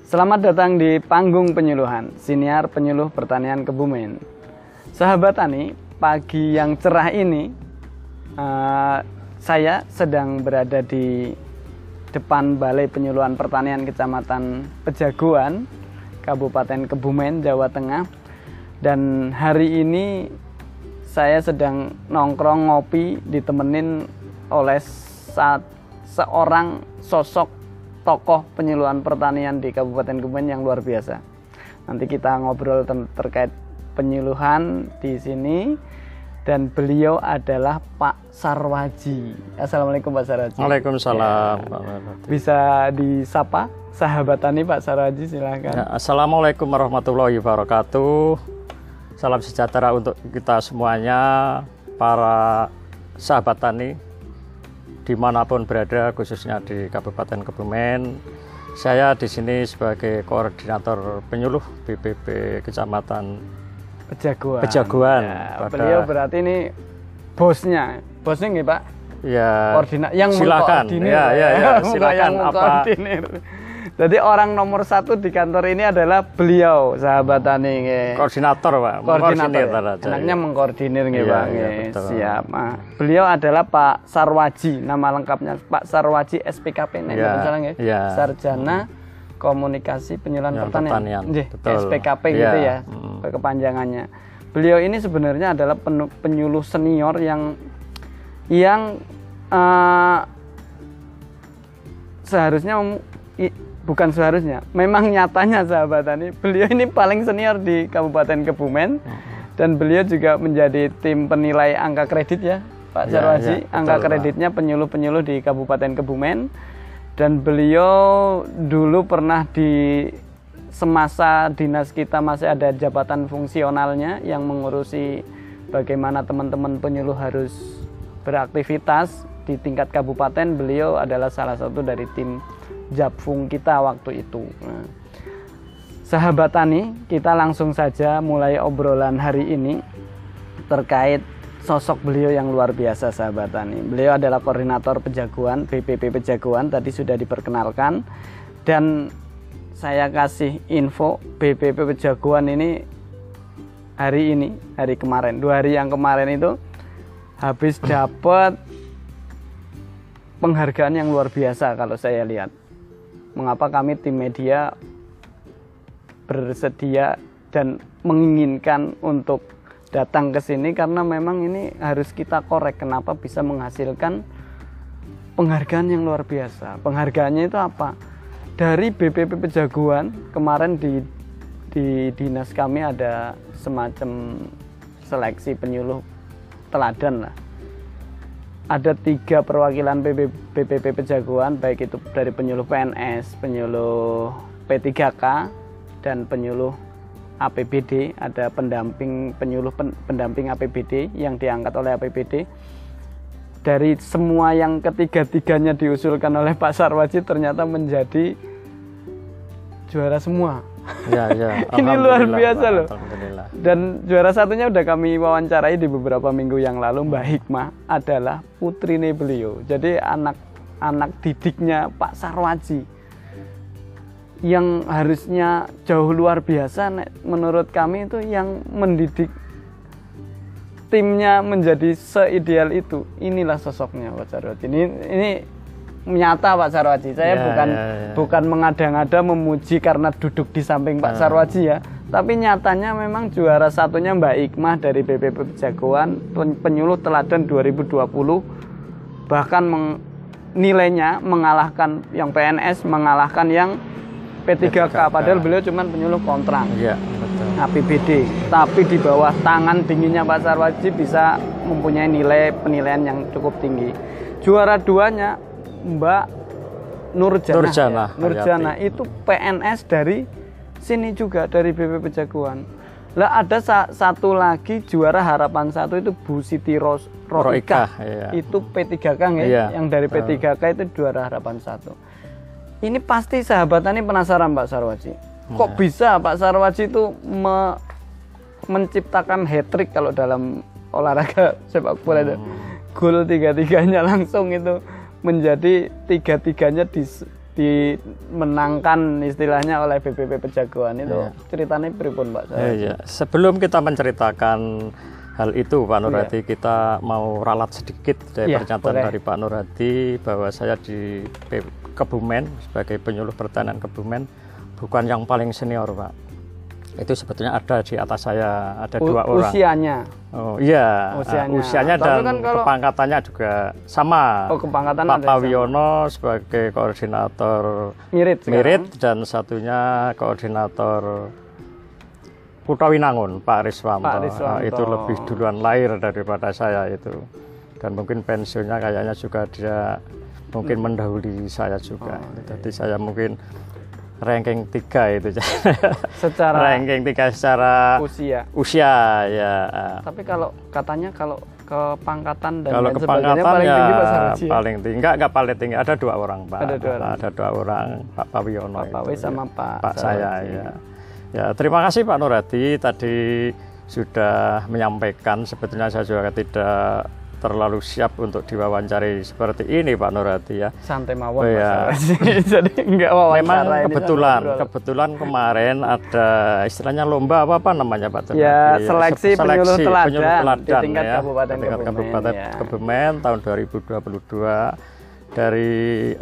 Selamat datang di panggung penyuluhan, siniar penyuluh pertanian Kebumen. Sahabat tani, pagi yang cerah ini saya sedang berada di depan Balai Penyuluhan Pertanian Kecamatan Pejaguan, Kabupaten Kebumen, Jawa Tengah. Dan hari ini saya sedang nongkrong ngopi ditemenin oleh seorang sosok tokoh penyuluhan pertanian di Kabupaten Kebumen yang luar biasa. Nanti kita ngobrol terkait penyuluhan di sini, dan beliau adalah Pak Sarwaji. Assalamualaikum Pak Sarwaji. Waalaikumsalam. Ya. Bisa disapa sahabat tani Pak Sarwaji, silahkan. Ya, Assalamualaikum warahmatullahi wabarakatuh. Salam sejahtera untuk kita semuanya, para sahabat tani dimanapun berada, khususnya di Kabupaten Kebumen. Saya di sini sebagai koordinator penyuluh BPP Kecamatan Pejaguan. Ya, beliau berarti ini bosnya nggih Pak? Ya. Yang silakan. mengkoordinir. Ya, silakan apa? Jadi orang nomor satu di kantor ini adalah beliau, sahabat tani. Koordinator Pak. Koordinator. Enaknya mengkoordinir nggih Pak. Siap. Beliau adalah Pak Sarwaji, nama lengkapnya Pak Sarwaji SPKP, Sarjana Komunikasi Penyuluhan Pertanian. SPKP gitu ya, kepanjangannya. Beliau ini sebenarnya adalah penyuluh senior yang bukan seharusnya, memang nyatanya sahabat tani, beliau ini paling senior di Kabupaten Kebumen. Dan beliau juga menjadi tim penilai angka kredit ya Pak Sarwaji, angka kreditnya penyuluh-penyuluh di Kabupaten Kebumen. Dan beliau dulu pernah di semasa dinas kita masih ada jabatan fungsionalnya yang mengurusi bagaimana teman-teman penyuluh harus beraktivitas di tingkat kabupaten. Beliau adalah salah satu dari tim Japfung kita waktu itu. Sahabat tani, kita langsung saja mulai obrolan hari ini terkait sosok beliau yang luar biasa, sahabat tani. Beliau adalah koordinator Pejaguan, BPP Pejaguan, tadi sudah diperkenalkan. Dan saya kasih info, BPP Pejaguan ini hari kemarin, 2 hari yang kemarin itu habis dapat penghargaan yang luar biasa kalau saya lihat. Mengapa kami tim media bersedia dan menginginkan untuk datang ke sini, karena memang ini harus kita korek kenapa bisa menghasilkan penghargaan yang luar biasa. Penghargaannya itu apa? Dari BPP Pejaguan kemarin di dinas kami ada semacam seleksi penyuluh teladan lah. Ada 3 perwakilan BPP Pejaguan, baik itu dari penyuluh PNS, penyuluh P3K, dan penyuluh APBD. Ada penyuluh pendamping APBD yang diangkat oleh APBD. Dari semua yang ketiga-tiganya diusulkan oleh Pak Sarwaji ternyata menjadi juara semua. Ya. Ini luar biasa loh. Dan juara satunya udah kami wawancarai di beberapa minggu yang lalu. Mbak Hikmah adalah putrine beliau. Jadi anak didiknya Pak Sarwaji, yang harusnya jauh luar biasa menurut kami itu, yang mendidik timnya menjadi seideal itu. Inilah sosoknya Pak Sarwaji. Ini nyata Pak Sarwaji. Saya bukan mengada-ngada memuji karena duduk di samping Pak Sarwaji ya. Tapi nyatanya memang juara satunya Mbak Hikmah dari BPP Pejaguan, penyuluh teladan 2020. Bahkan nilainya mengalahkan yang PNS, mengalahkan yang P3K. Padahal beliau cuma penyuluh kontrak. APBD. Tapi di bawah tangan dinginnya Pak Sarwaji bisa mempunyai nilai penilaian yang cukup tinggi. Juara 2-nya Mbak Nurjana itu PNS dari sini juga, dari BP Pejaguan. Lah ada satu lagi juara harapan 1 itu Bu Siti Roika. Itu P3K yang dari P3K itu juara harapan 1. Ini pasti sahabat tani penasaran Pak Sarwaji. Kok bisa Pak Sarwaji itu menciptakan hat-trick kalau dalam olahraga sepak bola itu. Gol 3-3-nya langsung itu menjadi 3-3-nya dimenangkan istilahnya oleh BPP Pejagoan itu ceritanya pripun Pak? Iya. Sebelum kita menceritakan hal itu Pak Nurhadi, kita mau ralat sedikit dari pernyataan dari Pak Nurhadi bahwa saya di Kebumen sebagai penyuluh pertanian Kebumen bukan yang paling senior Pak. Itu sebetulnya ada di atas saya, ada 2 orang. Usianya? Oh iya, usianya dan kan kepangkatannya juga sama. Oh, kepangkatan Pak Pawiono sebagai koordinator Mirit dan satunya koordinator Kutawinangun, Pak Riswanto. Itu lebih duluan lahir daripada saya itu. Dan mungkin pensiunnya kayaknya juga dia mungkin mendahului saya juga. Jadi saya mungkin ranking 3 itu secara ranking 3 secara usia ya. Tapi kalau katanya kalau kepangkatan dan kalau kepangkatan paling ya tinggi, paling tinggi enggak paling tinggi, ada 2 orang Pak. Ada 2 orang, Pak Pawiono Pak Pawi sama Pak saya ya. Ya, terima kasih Pak Nurhadi tadi sudah menyampaikan. Sebetulnya saya juga tidak terlalu siap untuk diwawancari seperti ini Pak Nurhadi ya. Santai mawon ya. Jadi enggak wawancara. Memang kebetulan kemarin ada istilahnya lomba apa namanya Pak Nurhadi? Ya, seleksi penyuluh teladan di tingkat ya, Kabupaten Kebumen tahun 2022 dari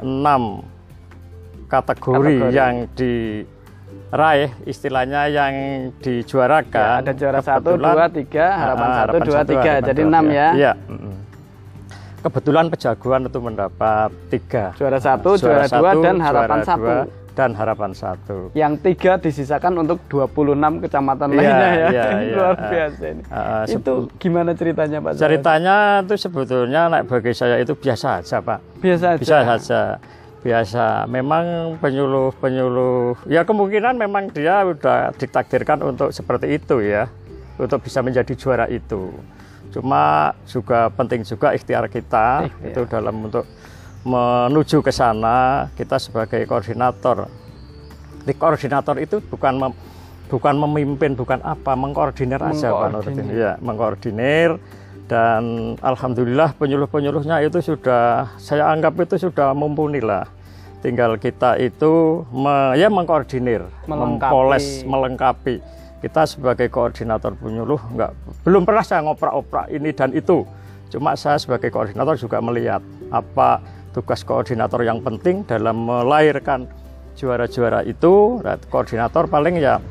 6 kategori yang diraih istilahnya yang dijuarakan. Ya, ada juara 1, 2, 3, harapan 1, 2, 3. Jadi 6 ya. Iya. Kebetulan Pejagoan itu mendapat 3. Juara 1, juara 2 dan harapan 1. Dan harapan 1. Yang 3 disisakan untuk 26 kecamatan lainnya ya. Luar biasa ini. Itu gimana ceritanya Pak? Ceritanya itu sebetulnya bagi saya itu biasa aja Pak. Biasa saja. Biasa, memang penyuluh ya kemungkinan memang dia udah ditakdirkan untuk seperti itu ya, untuk bisa menjadi juara itu. Cuma juga penting juga ikhtiar kita itu dalam untuk menuju ke sana. Kita sebagai koordinator, di koordinator itu bukan memimpin, bukan apa, mengkoordinir aja Pak Nurdin. Ya, mengkoordinir. Dan alhamdulillah penyuluh-penyuluhnya itu sudah, saya anggap itu sudah mumpuni lah. Tinggal kita itu mengkoordinir, mempoles, melengkapi. Kita sebagai koordinator penyuluh belum pernah saya ngoprak-oprak ini dan itu. Cuma saya sebagai koordinator juga melihat apa tugas koordinator yang penting dalam melahirkan juara-juara itu. Koordinator paling ya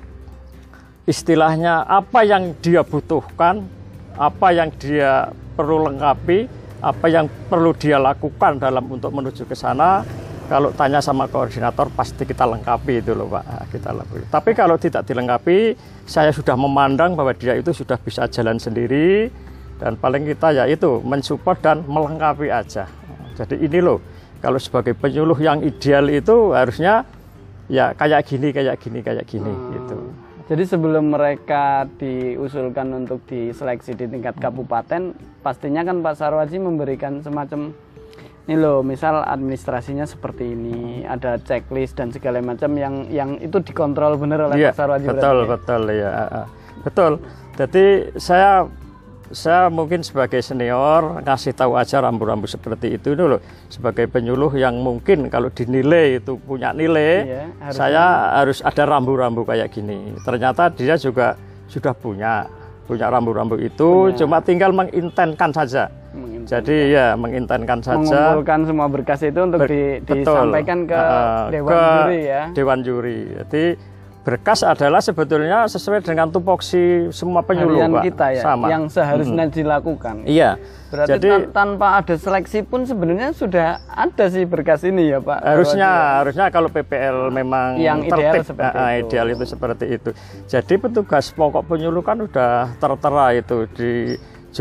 istilahnya apa yang dia butuhkan, apa yang dia perlu lengkapi, apa yang perlu dia lakukan dalam untuk menuju ke sana. Kalau tanya sama koordinator pasti kita lengkapi itu loh Pak, kita lakukan. Tapi kalau tidak dilengkapi, saya sudah memandang bahwa dia itu sudah bisa jalan sendiri, dan paling kita ya itu mensupport dan melengkapi aja. Jadi ini loh, kalau sebagai penyuluh yang ideal itu harusnya ya kayak gini gitu. Jadi sebelum mereka diusulkan untuk diseleksi di tingkat kabupaten, pastinya kan Pak Sarwaji memberikan semacam ini loh, misal administrasinya seperti ini, ada checklist dan segala macam yang itu dikontrol benar oleh Pak Sarwaji. Betul ya. Betul. Jadi saya mungkin sebagai senior ngasih tahu aja rambu-rambu seperti itu dulu sebagai penyuluh yang mungkin kalau dinilai itu punya nilai, saya harus ada rambu-rambu kayak gini. Ternyata dia juga sudah punya rambu-rambu itu, cuma tinggal mengintenkan saja. Jadi ya mengintenkan saja. Mengumpulkan semua berkas itu untuk disampaikan ke Dewan Juri ya. Dewan Juri. Jadi berkas adalah sebetulnya sesuai dengan tupoksi semua penyuluh Pak. Kita ya, sama. Yang seharusnya dilakukan. Iya. Berarti jadi, tanpa ada seleksi pun sebenarnya sudah ada sih berkas ini ya Pak. Harusnya kalau PPL memang yang ideal seperti itu. Ideal itu seperti itu. Jadi petugas pokok penyuluh kan udah tertera itu di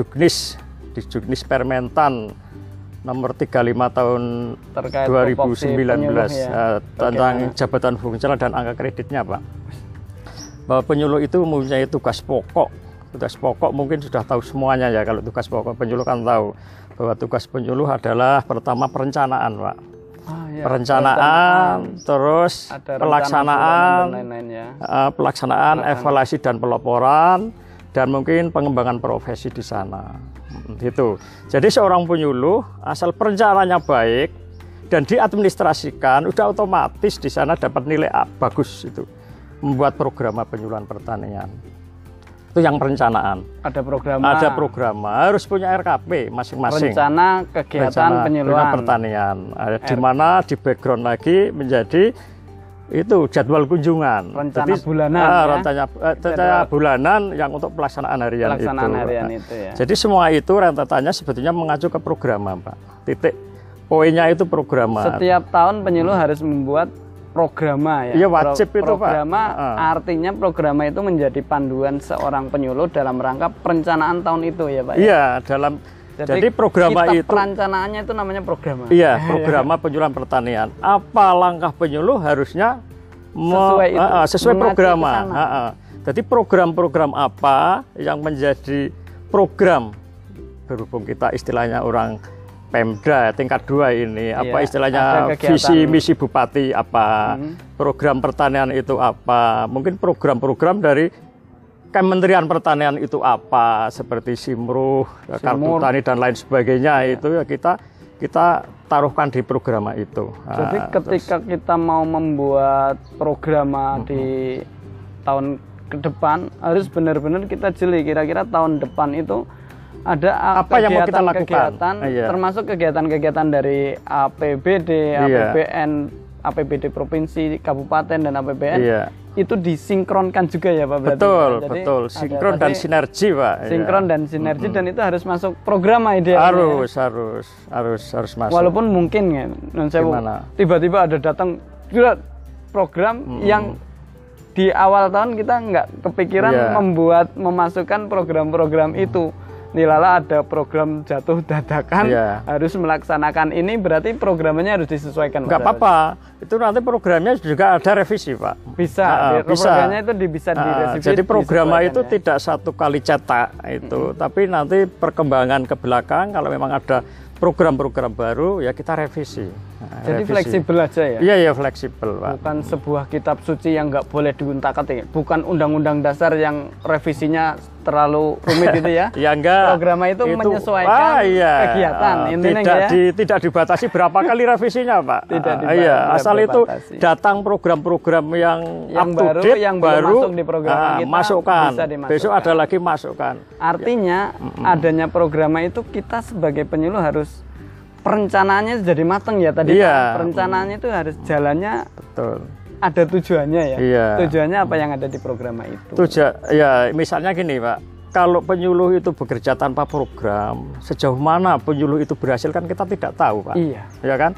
Juknis Permentan nomor 35 tahun terkait 2019 tentang jabatan fungsional dan angka kreditnya Pak. Bahwa penyuluh itu mempunyai tugas pokok. Tugas pokok mungkin sudah tahu semuanya ya, kalau tugas pokok penyuluh kan tahu bahwa tugas penyuluh adalah pertama perencanaan Pak. Perencanaan, terus pelaksanaan, evaluasi dan pelaporan, dan mungkin pengembangan profesi di sana. Gitu. Jadi seorang penyuluh asal perencanaannya baik, dan diadministrasikan, udah otomatis di sana dapat nilai A bagus itu. Membuat program penyuluhan pertanian. Itu yang perencanaan. Ada program, harus punya RKP masing-masing. Rencana kegiatan penyuluhan pertanian. Di mana di background lagi menjadi itu jadwal kunjungan. Rencana bulanan. Rencana bulanan yang untuk pelaksanaan harian itu ya. Jadi semua itu rentetannya sebetulnya mengacu ke program, Pak. Titik poinnya itu program. Setiap tahun penyuluh harus membuat programa ya. Iya, wajib itu, Pak. Programa artinya programa itu menjadi panduan seorang penyuluh dalam rangka perencanaan tahun itu ya, Pak. Iya, jadi programa itu perencanaannya itu namanya programa. Iya, programa penyuluhan pertanian. Apa langkah penyuluh harusnya sesuai programa. Jadi program-program apa yang menjadi program, berhubung kita istilahnya orang Pemda tingkat 2 ini, apa istilahnya visi misi bupati apa, program pertanian itu apa, mungkin program-program dari Kementerian Pertanian itu apa, seperti Simruh, Kartu Tani dan lain sebagainya itu ya kita taruhkan di program itu. Jadi ketika kita mau membuat program di tahun ke depan harus benar-benar kita jeli kira-kira tahun depan itu ada apa yang mau kita lakukan, termasuk kegiatan-kegiatan dari APBD, APBD provinsi, kabupaten dan APBN itu disinkronkan juga ya Pak berarti. Betul. Sinkron dan sinergi, Pak. Sinkron dan sinergi dan itu harus masuk program idealnya. Harus masuk. Walaupun mungkin ya, tiba-tiba ada datang program yang di awal tahun kita nggak kepikiran memasukkan program-program itu. Nilala ada program jatuh dadakan, harus melaksanakan ini, berarti programnya harus disesuaikan. Nggak apa-apa, itu nanti programnya juga ada revisi, Pak. Bisa. Programnya itu bisa direvisi. Jadi programnya itu tidak satu kali cetak itu, tapi nanti perkembangan ke belakang kalau memang ada program-program baru ya kita revisi. Jadi fleksibel aja ya? Iya, fleksibel, Pak. Bukan sebuah kitab suci yang nggak boleh diuntak-atik. Bukan undang-undang dasar yang revisinya terlalu rumit gitu ya? Ya enggak. Programnya itu menyesuaikan kegiatan. Tidak dibatasi berapa kali revisinya, Pak. Asal itu datang program-program yang up to date, yang baru masuk di program kita, masukkan. Besok ada lagi masukkan. Artinya adanya programnya itu kita sebagai penyuluh harus perencanaannya jadi matang ya tadi. Perencanaannya itu harus jalannya ada tujuannya ya. Tujuannya apa yang ada di program itu? Misalnya gini, Pak. Kalau penyuluh itu bekerja tanpa program, sejauh mana penyuluh itu berhasil kan kita tidak tahu, Pak. Iya. Ya kan?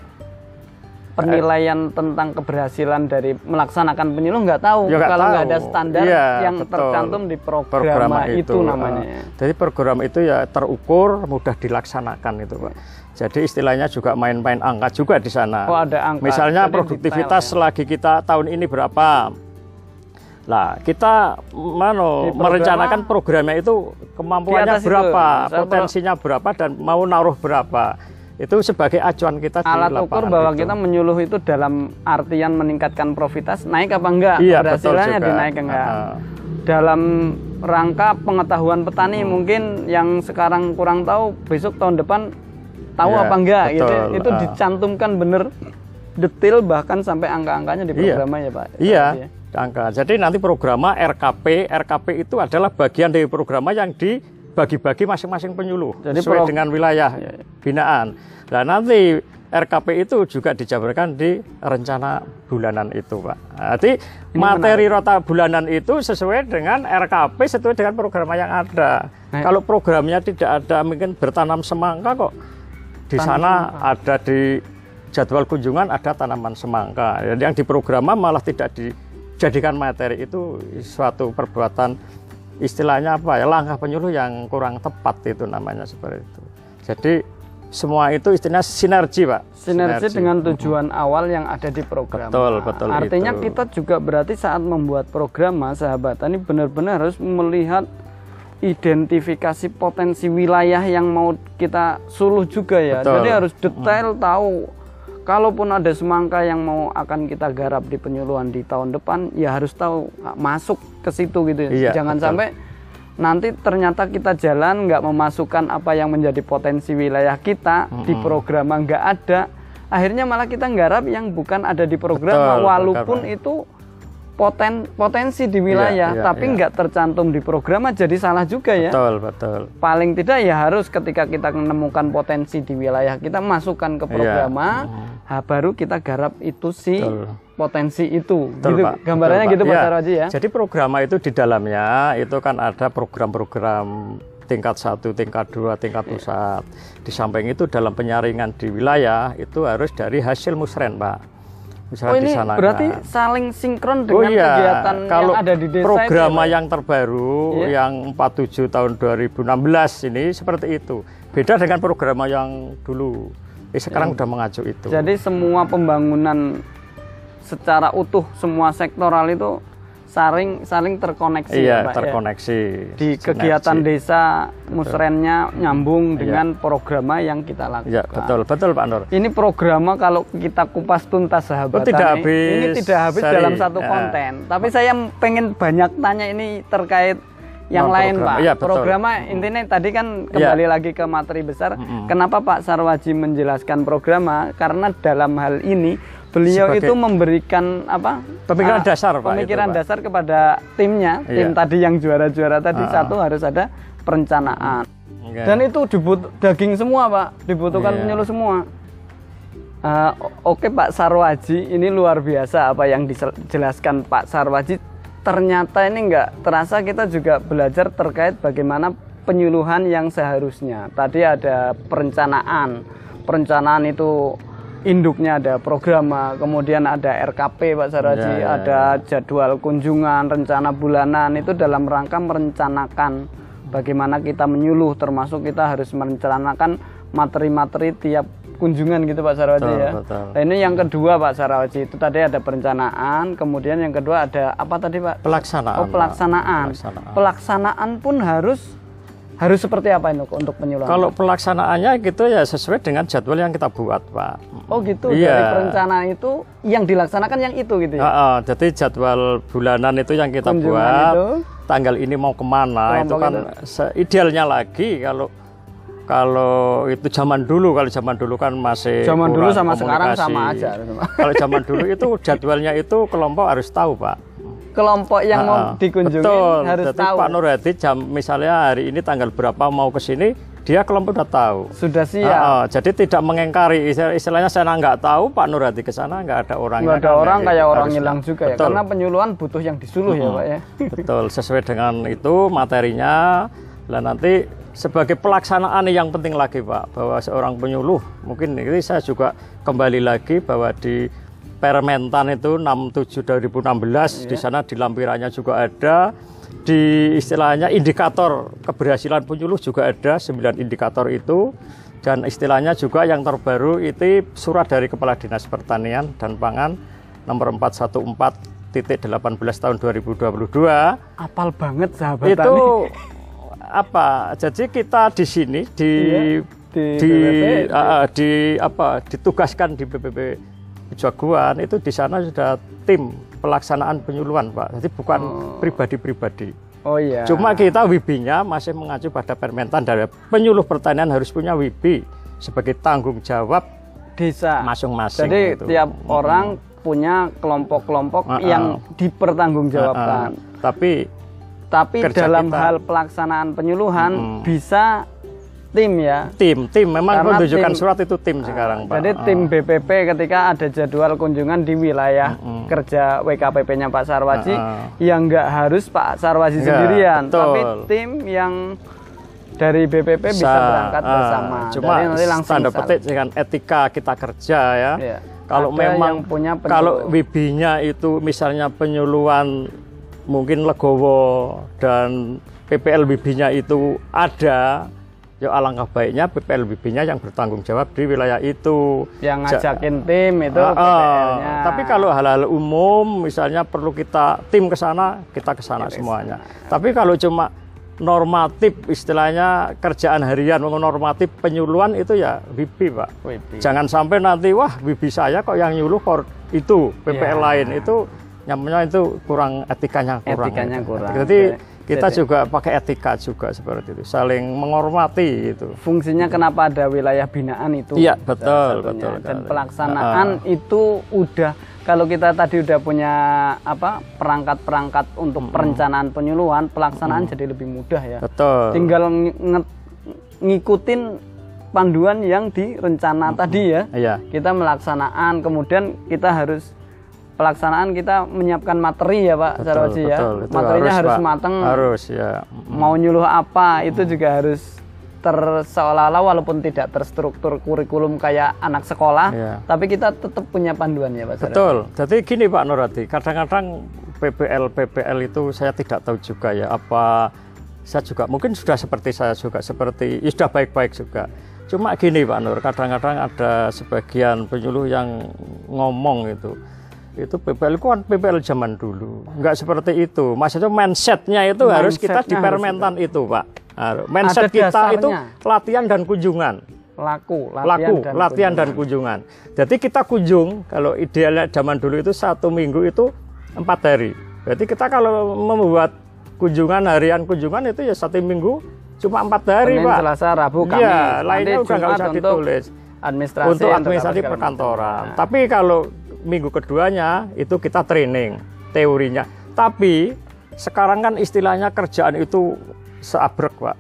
Penilaian tentang keberhasilan dari melaksanakan penyuluh nggak tahu kalau nggak ada standar yang tercantum di program itu namanya. Jadi program itu ya terukur, mudah dilaksanakan itu, Pak. Jadi istilahnya juga main-main angka juga di sana. Ada angka. Misalnya produktivitas lagi kita tahun ini berapa? Lah, kita merencanakan programnya itu kemampuannya berapa, potensinya berapa dan mau naruh berapa. Itu sebagai acuan kita alat ukur bahwa kita menyuluh itu dalam artian meningkatkan profitabilitas, naik apa enggak, keberhasilannya dinaik enggak. Dalam rangka pengetahuan petani mungkin yang sekarang kurang tahu, besok tahun depan tahu apa enggak gitu. Itu dicantumkan bener detail bahkan sampai angka-angkanya di programnya ya Pak. Angka. Jadi nanti programa RKP itu adalah bagian dari programa yang dibagi-bagi masing-masing penyuluh sesuai dengan wilayah binaan. Nah nanti RKP itu juga dijabarkan di rencana bulanan itu, Pak. Nanti materi rota bulanan itu sesuai dengan RKP, sesuai dengan program yang ada. Kalau programnya tidak ada, mungkin bertanam semangka kok. Di sana ada di jadwal kunjungan ada tanaman semangka. Jadi yang diprogramma malah tidak dijadikan materi, itu suatu perbuatan istilahnya apa ya, langkah penyuluh yang kurang tepat itu namanya seperti itu. Jadi semua itu istilahnya sinergi, Pak. Sinergi dengan tujuan awal yang ada di program. Betul. Artinya kita juga berarti saat membuat program, sahabat tani benar-benar harus melihat identifikasi potensi wilayah yang mau kita suluh juga ya. Jadi harus detail tahu. Kalaupun ada semangka yang mau akan kita garap di penyuluhan di tahun depan, ya harus tahu masuk ke situ gitu. Jangan sampai nanti ternyata kita jalan nggak memasukkan apa yang menjadi potensi wilayah kita di program nggak ada. akhirnya malah kita nggarap yang bukan ada di program, Betul, walaupun itu potensi di wilayah, tapi nggak tercantum di program, jadi salah juga ya. Betul. Paling tidak ya harus ketika kita menemukan potensi di wilayah kita masukkan ke program, baru kita garap itu potensi itu. Betul, gitu. Pak. Gambarannya Betul, gitu Pak. Pak Sarwaji ya. Jadi program itu di dalamnya itu kan ada program-program tingkat 1, tingkat 2, tingkat pusat. Di samping itu dalam penyaringan di wilayah itu harus dari hasil musren, Pak. Misalnya ini disanakan. berarti saling sinkron dengan kegiatan kalau yang ada di desa program itu, yang terbaru yang 47 tahun 2016 ini seperti itu. Beda dengan program yang dulu. Sekarang udah mengacu itu. Jadi semua pembangunan secara utuh, semua sektoral itu saling terkoneksi. Iya, Pak, terkoneksi. ya? Di kegiatan desa musrennya nyambung dengan program yang kita lakukan. Iya, betul Pak Nur. Ini program kalau kita kupas tuntas sahabat, ini tidak habis dalam satu konten. Tapi saya pengen banyak tanya ini terkait yang lain Pak. Ya, program intinya tadi kan kembali lagi ke materi besar. Kenapa Pak Sarwaji menjelaskan program? Karena dalam hal ini beliau itu memberikan pemikiran dasar Pak. Pemikiran dasar kepada timnya, tim tadi yang juara-juara tadi satu harus ada perencanaan. Dan itu daging semua Pak, dibutuhkan penyuluh semua. Oke Pak Sarwaji, ini luar biasa apa yang dijelaskan Pak Sarwaji. Ternyata ini nggak terasa kita juga belajar terkait bagaimana penyuluhan yang seharusnya. Tadi ada perencanaan itu induknya ada program, kemudian ada RKP Pak Sarwaji, ada jadwal kunjungan, rencana bulanan, itu dalam rangka merencanakan bagaimana kita menyuluh, termasuk kita harus merencanakan materi-materi tiap kunjungan gitu Pak Sarwaji ya. Nah, ini yang kedua Pak Sarwaji, itu tadi ada perencanaan, kemudian yang kedua ada apa tadi Pak? Pelaksanaan. Pelaksanaan pun harus seperti apa ini untuk penyuluhan? Kalau pelaksanaannya gitu ya sesuai dengan jadwal yang kita buat Pak. Oh gitu, dari perencanaan itu yang dilaksanakan yang itu gitu ya? Jadi jadwal bulanan itu yang kita buat, tanggal ini mau kemana, itu kan idealnya lagi kalau itu zaman dulu kan masih zaman dulu sama sekarang sama aja. Kalau zaman dulu itu jadwalnya itu kelompok harus tahu Pak. Kelompok yang mau dikunjungi harus tahu. Pak Nur Hadi misalnya hari ini tanggal berapa mau ke sini, dia kelompok udah tahu. Sudah siap. Jadi tidak mengingkari, istilahnya saya nggak tahu Pak Nur Hadi ke sana nggak ada orang. Nggak ada orang kayak orang hilang juga ya. Karena penyuluhan butuh yang disuluh ya Pak ya. Betul, sesuai dengan itu materinya. Lah nanti sebagai pelaksanaan yang penting lagi Pak, bahwa seorang penyuluh mungkin ini saya juga kembali lagi bahwa di Permentan itu 67 2016 di sana di lampirannya juga ada, di istilahnya indikator keberhasilan penyuluh juga ada 9 indikator itu, dan istilahnya juga yang terbaru itu surat dari Kepala Dinas Pertanian dan Pangan nomor 414/18 tahun 2022. Apal banget sahabat itu jadi kita di sini ditugaskan di BPP Jagoan itu di sana sudah tim pelaksanaan penyuluhan Pak, jadi bukan pribadi-pribadi. Oh iya. Cuma kita WIBI-nya masih mengacu pada Permentan, dari penyuluh pertanian harus punya WIBI sebagai tanggung jawab desa masing-masing. Jadi tiap orang punya kelompok-kelompok yang dipertanggungjawabkan. Tapi dalam hal pelaksanaan penyuluhan bisa tim ya. Tim memang menunjukkan surat itu tim sekarang Pak. Jadi tim BPP ketika ada jadwal kunjungan di wilayah kerja WKPP-nya Pak Sarwaji, yang nggak harus Pak Sarwaji sendirian, tapi tim yang dari BPP bisa berangkat bersama. Cuma nanti langsung tanda petik dengan etika kita kerja ya. Kalau ada memang kalau WIBI-nya itu misalnya penyuluhan mungkin Legowo dan PPL WIBI-nya itu ada, ya alangkah baiknya PPL WIBI-nya yang bertanggung jawab di wilayah itu. Yang ngajakin tim itu PPL-nya. Tapi kalau hal-hal umum, misalnya perlu kita tim ke sana, kita ke sana semuanya. Tapi kalau cuma normatif, istilahnya kerjaan harian, normatif penyuluhan itu ya WIBI Pak. Jangan sampai nanti wah WIBI saya kok yang nyuluh itu PPL lain, itu namanya itu kurang etikanya kurang. Jadi Kita Jadi, juga pakai etika juga seperti itu, saling menghormati gitu. fungsinya kenapa ada wilayah binaan itu? Iya, salah betul, satunya. betul. Dan pelaksanaan itu udah, kalau kita tadi udah punya apa perangkat-perangkat untuk perencanaan penyuluhan, pelaksanaan jadi lebih mudah ya. Betul. Tinggal ngikutin panduan yang direncana tadi ya. Iya. Kita melaksanaan, kemudian kita harus pelaksanaan kita menyiapkan materi ya Pak Sarwoji ya. Itu Materinya harus Pak. mateng. Harus ya. Mau nyuluh apa itu juga harus seolah-olah walaupun tidak terstruktur kurikulum kayak anak sekolah, Iya. tapi kita tetap punya panduan ya Pak Sarwoji. Betul. Jadi gini Pak Nurhadi, kadang-kadang PPL itu saya tidak tahu juga ya, apa saya juga mungkin sudah seperti saya juga seperti ya sudah baik-baik juga. Cuma gini Pak Nur, kadang-kadang ada sebagian penyuluh yang ngomong itu PPL itu kan PPL zaman dulu, nggak seperti itu. Maksudnya mindsetnya itu harus kita di permentan itu Pak. Mindset kita itu latihan dan kunjungan. Latihan dan kunjungan. Jadi kita kunjung, kalau idealnya zaman dulu itu 1 minggu itu 4 hari. Jadi kita kalau membuat kunjungan, harian kunjungan itu ya 1 minggu cuma 4 hari Senin, Pak. Selasa, Rabu, Kamis. Iya, lainnya udah nggak usah ditulis. Untuk administrasi perkantoran. Tapi kalau minggu keduanya itu kita training teorinya. Tapi sekarang kan istilahnya kerjaan itu seabrek Pak.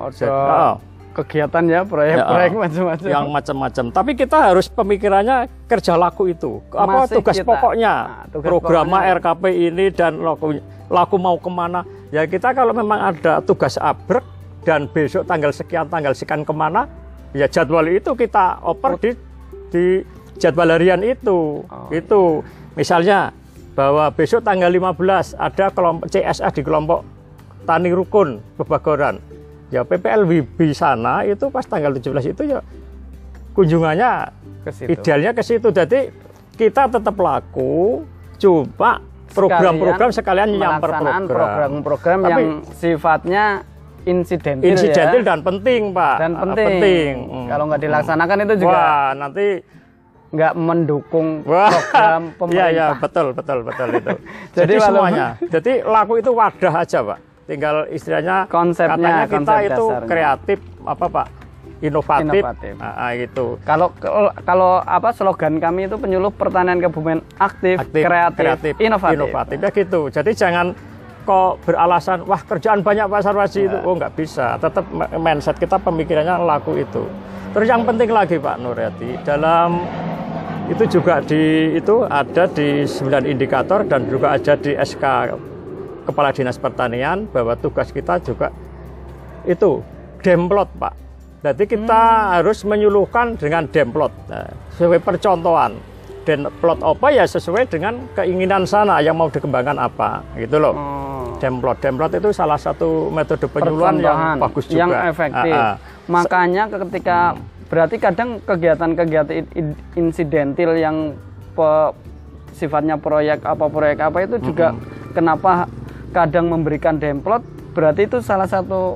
Kegiatan ya, proyek-proyek macam-macam. Yang macam-macam. Tapi kita harus pemikirannya kerja laku itu. Apa tugas pokoknya? Program RKP ini dan laku mau kemana? Ya kita kalau memang ada tugas abrek dan besok tanggal sekian kemana? Ya jadwal itu kita oper di jadwal harian itu. Itu misalnya bahwa besok tanggal 15 ada kelompok CSA di kelompok Tani Rukun Bebagoran. Ya PPL WIBI sana itu pas tanggal 17 itu ya kunjungannya idealnya ke situ. Jadi kita tetap laku, coba program-program sekalian nyamper program-program yang sifatnya insidentil dan penting Pak. Dan penting. Kalau nggak dilaksanakan itu juga nanti nggak mendukung program pemerintah. Iya, betul itu. Jadi semuanya. Jadi laku itu wadah aja Pak. Tinggal istilahnya konsepnya, katanya kita itu dasarnya kreatif apa Pak? Inovatif. Gitu. Kalau apa slogan kami itu penyuluh pertanian Kebumen aktif, kreatif, inovatif. Ya gitu. Jadi jangan kok beralasan wah kerjaan banyak Pak Sarwoji itu. Oh nggak bisa. Tetap mindset kita pemikirannya laku itu. Terus yang penting lagi Pak Nurhadi, dalam itu juga ada di 9 indikator dan juga ada di SK Kepala Dinas Pertanian bahwa tugas kita juga itu demplot Pak. Jadi kita harus menyuluhkan dengan demplot sesuai percontohan. Demplot apa ya sesuai dengan keinginan sana yang mau dikembangkan apa gitu loh. Demplot itu salah satu metode penyuluhan yang bagus juga, yang efektif. Makanya ketika berarti kadang kegiatan-kegiatan insidentil yang sifatnya proyek apa itu juga kenapa kadang memberikan demplot, berarti itu salah satu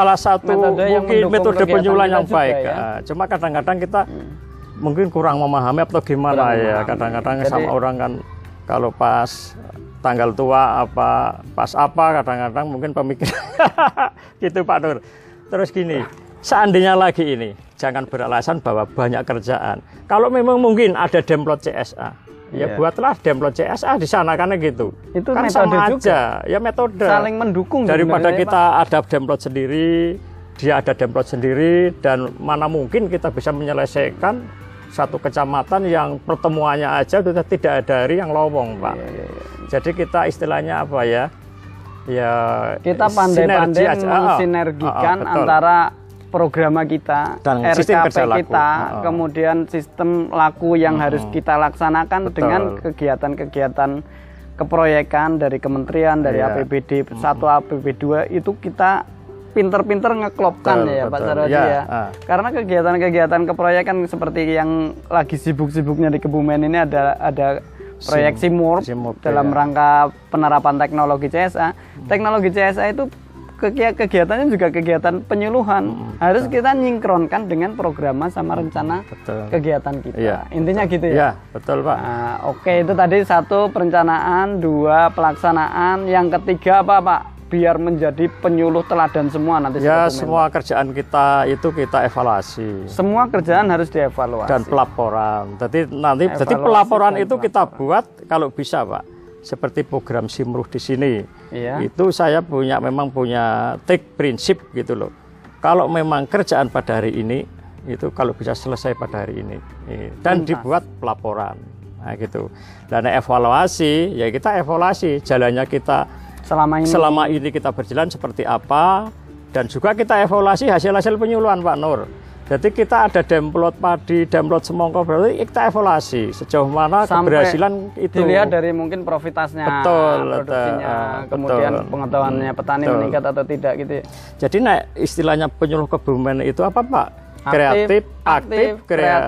metode penyuluhan yang baik ya. Cuma kadang-kadang kita mungkin kurang memahami atau gimana ya. Kadang-kadang sama orang kan kalau pas tanggal tua pas apa kadang-kadang mungkin pemikiran gitu Pak Nur. Terus gini, seandainya lagi ini jangan beralasan bahwa banyak kerjaan. Kalau memang mungkin ada demplot CSA, ya buatlah demplot CSA di sana karena gitu. Itu kan metode sama juga. aja, ya metode. Saling mendukung. Daripada kita ada demplot sendiri, dia ada demplot sendiri, dan mana mungkin kita bisa menyelesaikan satu kecamatan yang pertemuannya aja sudah tidak ada hari yang lowong Pak. Jadi kita istilahnya apa ya? Ya kita pandai-pandai mensinergikan antara program kita, dan RKP kita, kemudian sistem laku yang harus kita laksanakan dengan kegiatan-kegiatan keproyekan dari kementerian, dari APBD 1, APBD 2 itu kita pinter-pinter ngeklopkan ya Pak Sarwoji ya. Karena kegiatan-kegiatan keproyekan seperti yang lagi sibuk-sibuknya di Kebumen ini ada proyek Simurp dalam rangka penerapan teknologi CSA. Teknologi CSA itu kegiatannya juga kegiatan penyuluhan. Harus kita nyingkronkan dengan program sama rencana kegiatan kita. Intinya gitu ya. Betul Pak. Oke, itu tadi 1 perencanaan, 2 pelaksanaan, yang ketiga apa Pak? biar menjadi penyuluh teladan semua nanti? Ya, semua kerjaan kita itu kita evaluasi. Semua kerjaan harus dievaluasi. Dan pelaporan. Jadi pelaporan itu kita buat kalau bisa, Pak. Seperti program Simruh di sini. Iya. Itu saya memang punya prinsip gitu loh. Kalau memang kerjaan pada hari ini itu kalau bisa selesai pada hari ini dan dibuat pelaporan. Nah, gitu. Dan evaluasi, ya kita evaluasi jalannya kita selama ini kita berjalan seperti apa, dan juga kita evaluasi hasil-hasil penyuluhan, Pak Nur. Jadi kita ada demplot padi, demplot semongko, berarti kita evaluasi sejauh mana keberhasilan itu. Dilihat dari mungkin profitasnya, produksinya, kemudian pengetahuannya petani meningkat atau tidak gitu ya. Jadi istilahnya penyuluh kebumen itu apa, Pak? Kreatif, aktif,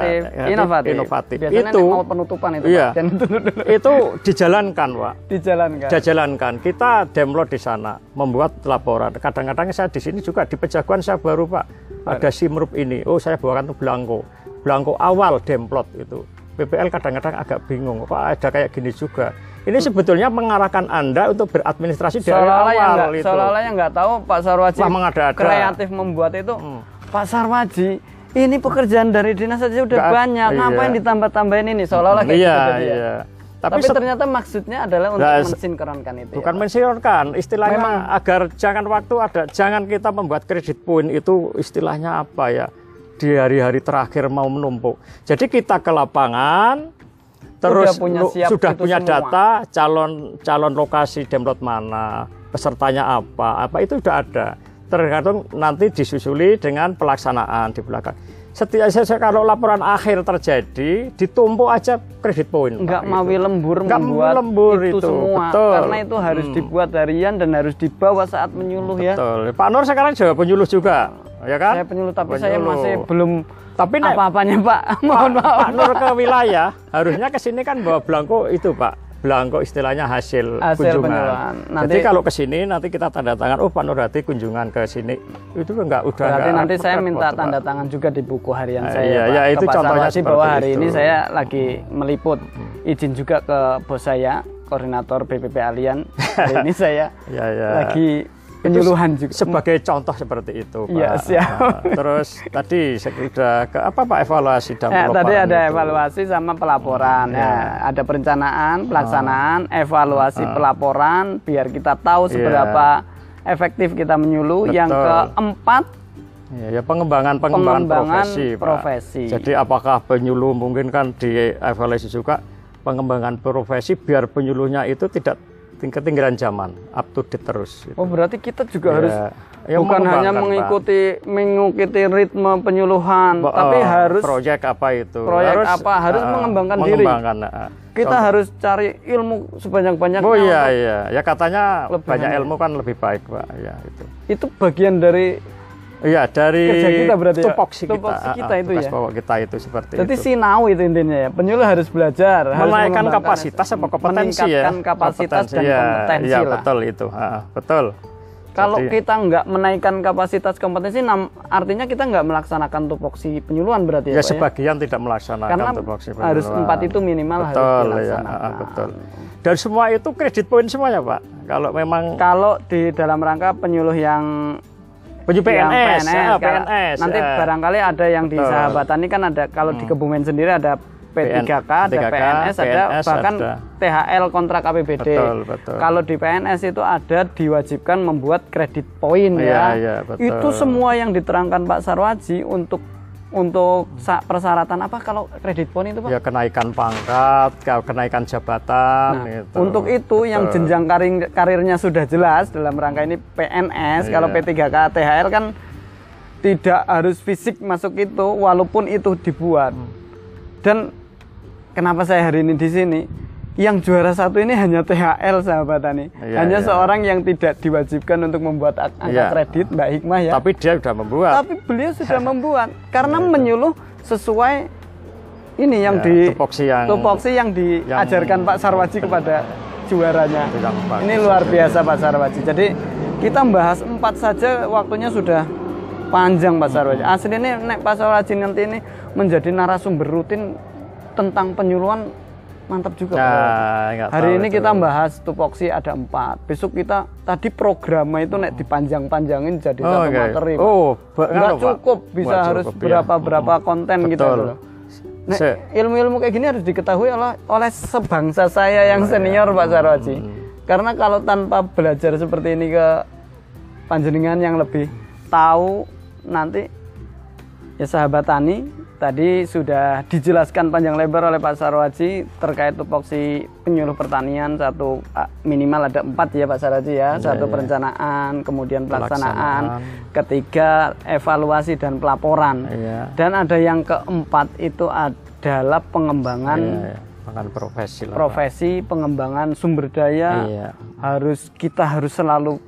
inovatif. Biasanya itu mau penutupan itu, iya, Pak. itu dijalankan, Pak. Dijalankan. Kita demplot di sana, membuat laporan. Kadang-kadang saya di sini juga di Pejaguan saya baru, Pak. Ada Simrup ini. Oh, saya bawakan tuh belangko awal demplot itu. PPL kadang-kadang agak bingung, kok ada kayak gini juga. Ini sebetulnya mengarahkan Anda untuk beradministrasi dari awal. Seolah-olah yang nggak tahu Pak Sarwaji kreatif membuat itu. Pak Sarwaji, ini pekerjaan dari dinas saja udah banyak, ngapain ditambah-tambahin ini, seolah-olah kayak gitu. Iya. Tapi ternyata maksudnya adalah untuk mensinkronkan itu. Bukan mensinkronkan, istilahnya memang, agar jangan kita membuat kredit poin itu istilahnya apa ya, di hari-hari terakhir mau menumpuk. Jadi kita ke lapangan, terus sudah punya data calon lokasi demplot mana, pesertanya apa itu sudah ada. Tergantung nanti disusuli dengan pelaksanaan di belakang. Kalau laporan akhir terjadi, ditumpuk aja kredit poin. Enggak mawi lembur membuat itu semua. Betul. Karena itu harus dibuat harian dan harus dibawa saat menyuluh. Betul. Ya. Pak Nur sekarang juga penyuluh juga, ya kan? Saya penyuluh, tapi saya masih belum apa-apanya, Pak. Mohon maaf. Pak Nur ke wilayah, harusnya ke sini kan bawa belangko itu, Pak. Belangko istilahnya hasil kunjungan. Jadi kalau ke sini nanti kita tanda tangan, oh Pak Nurhati kunjungan ke sini. Itu udah berarti nanti saya minta tanda tangan juga di buku harian saya. Iya, itu contohnya seperti bahwa hari ini saya lagi meliput. Izin juga ke bos saya, koordinator BPP Alian. Hari ini saya lagi penyuluhan juga. Sebagai contoh seperti itu, Pak. Iya, siap. Terus tadi sudah ke apa, Pak, evaluasi dan tadi ada evaluasi sama pelaporan. Ada perencanaan, pelaksanaan, evaluasi, pelaporan, biar kita tahu seberapa efektif kita menyuluh. Betul. Yang keempat, pengembangan profesi. Jadi apakah penyuluh mungkin kan di evaluasi juga pengembangan profesi biar penyuluhnya itu tidak ketinggalan zaman, up to date terus. Gitu. Oh, berarti kita juga harus bukan hanya mengikuti ritme penyuluhan, tapi harus proyek apa itu? Harus mengembangkan diri. Kita harus cari ilmu sebanyak-banyaknya. Oh iya, ya katanya banyak ilmu kan lebih baik, Pak. Ya itu. Itu bagian dari dari kita berarti tupoksi kita itu ya. Kita itu seperti Jadi itu. sinau itu intinya ya. Penyuluh harus belajar, menaikkan kapasitas apa kompetensi ya. Meningkatkan kapasitas dan kompetensi lah. Betul itu. Betul. Kalau kita nggak menaikkan kapasitas kompetensi, artinya kita nggak melaksanakan tupoksi penyuluhan berarti ya, Pak, sebagian tidak melaksanakan tupoksi penyuluhan. Harus 4 itu minimal harus dilaksanakan. Betul. Dan semua itu kredit poin semuanya, Pak. Kalau di dalam rangka penyuluh yang PNS. Nanti barangkali ada yang di Sahabatan ini kan ada, kalau di Kebumen sendiri ada P3K, ada PNS, ada bahkan THL kontrak APBD. Betul. Kalau di PNS itu ada diwajibkan membuat kredit poin betul. Itu semua yang diterangkan Pak Sarwaji untuk persyaratan apa kalau kredit poin itu, Pak? Ya kenaikan pangkat, kenaikan jabatan. Untuk itu yang jenjang karirnya sudah jelas dalam rangka ini PNS. Kalau P3K, THL kan tidak harus fisik masuk itu, walaupun itu dibuat. Dan kenapa saya hari ini di sini? Yang juara satu ini hanya THL, sahabat tani. Hanya seorang yang tidak diwajibkan untuk membuat angka kredit, Mbak Hikmah ya. Tapi dia sudah membuat. Tapi beliau sudah membuat karena menyuluh sesuai ini yang tupoksi yang diajarkan Pak Sarwaji kepada juaranya. Ini luar biasa Pak Sarwaji. Jadi kita membahas 4 saja waktunya sudah panjang Pak Sarwaji. Aslinya Pak Sarwaji nanti ini menjadi narasumber rutin tentang penyuluhan mantap juga. Nah, hari ini kita bahas tupoksi ada 4. Besok kita tadi programnya itu nek dipanjang-panjangin jadi 1 materi. Nggak cukup, bisa harus berapa konten kita dulu. Nek ilmu-ilmu kayak gini harus diketahui oleh sebangsa saya yang senior Pak Sarwoji. Karena kalau tanpa belajar seperti ini ke panjenengan yang lebih tahu, nanti ya sahabat tani tadi sudah dijelaskan panjang lebar oleh Pak Sarwoji terkait tupoksi penyuluh pertanian. Minimal ada 4 ya Pak Sarwoji ya. 1 perencanaan, kemudian pelaksanaan, ketiga evaluasi dan pelaporan. Dan ada yang keempat itu adalah pengembangan profesi, pengembangan sumber daya. Kita harus selalu